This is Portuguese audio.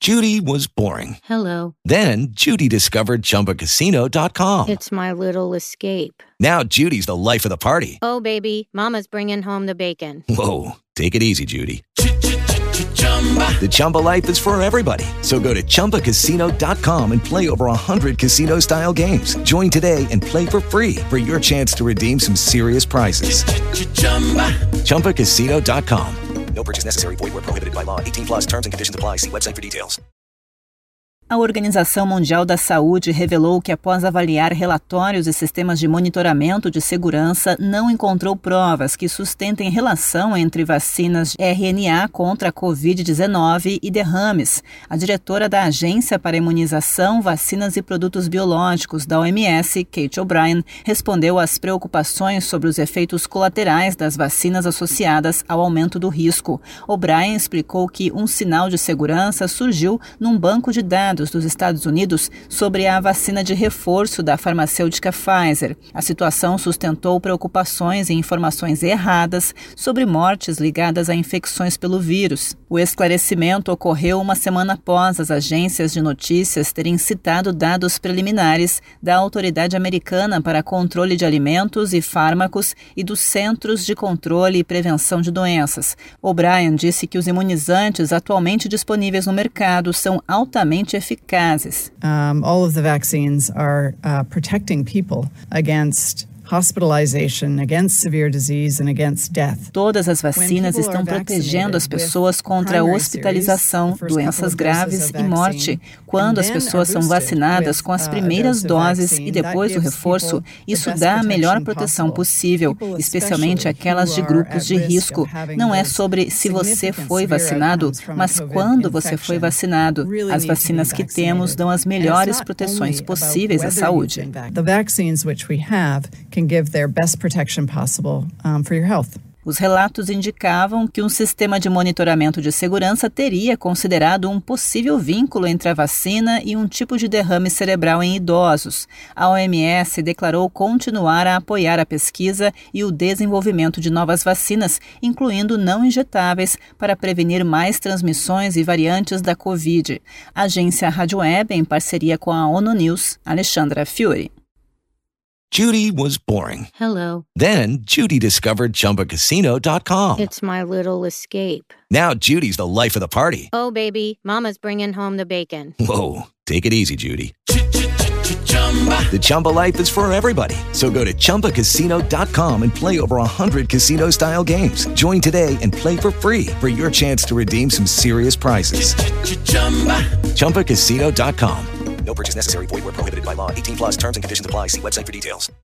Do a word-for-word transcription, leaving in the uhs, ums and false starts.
Judy was boring. Hello. Then Judy discovered Chumba Casino dot com. It's my little escape. Now Judy's the life of the party. Oh, baby, mama's bringing home the bacon. Whoa, take it easy, Judy. The Chumba life is for everybody. So go to Chumba Casino dot com and play over one hundred casino-style games. Join today and play for free for your chance to redeem some serious prizes. Chumba Casino dot com. No purchase necessary. Void where prohibited by law. eighteen plus terms and conditions apply. See website for details. A Organização Mundial da Saúde revelou que, após avaliar relatórios e sistemas de monitoramento de segurança, não encontrou provas que sustentem relação entre vacinas de R N A contra a covid dezenove e derrames. A diretora da Agência para Imunização, Vacinas e Produtos Biológicos da O M S, Kate O'Brien, respondeu às preocupações sobre os efeitos colaterais das vacinas associadas ao aumento do risco. O'Brien explicou que um sinal de segurança surgiu num banco de dados dos Estados Unidos sobre a vacina de reforço da farmacêutica Pfizer. A situação sustentou preocupações e informações erradas sobre mortes ligadas a infecções pelo vírus. O esclarecimento ocorreu uma semana após as agências de notícias terem citado dados preliminares da Autoridade Americana para Controle de Alimentos e Fármacos e dos Centros de Controle e Prevenção de Doenças. O'Brien disse que os imunizantes atualmente disponíveis no mercado são altamente eficazes. Um, all of the vaccines are uh, protecting people against hospitalization, against severe disease and against death. Todas as vacinas estão protegendo as pessoas contra a hospitalização, doenças graves e morte. Quando as pessoas são vacinadas com as primeiras doses e depois do reforço, isso dá a melhor proteção possível, especialmente aquelas de grupos de risco. Não é sobre se você foi vacinado, mas quando você foi vacinado. As vacinas que temos dão as melhores proteções possíveis à saúde. The vaccines which we have can give their best protection possible um, for your health. Os relatos indicavam que um sistema de monitoramento de segurança teria considerado um possível vínculo entre a vacina e um tipo de derrame cerebral em idosos. A O M S declarou continuar a apoiar a pesquisa e o desenvolvimento de novas vacinas, incluindo não injetáveis, para prevenir mais transmissões e variantes da Covid. A agência Rádio Web, em parceria com a ONU News, Alexandra Fiore. Judy was boring. Hello. Then Judy discovered Chumba Casino dot com. It's my little escape. Now Judy's the life of the party. Oh, baby, mama's bringing home the bacon. Whoa, take it easy, Judy. The Chumba life is for everybody. So go to Chumba Casino dot com and play over one hundred casino-style games. Join today and play for free for your chance to redeem some serious prizes. Chumba Casino dot com. No purchase necessary. Void where prohibited by law. eighteen plus terms and conditions apply. See website for details.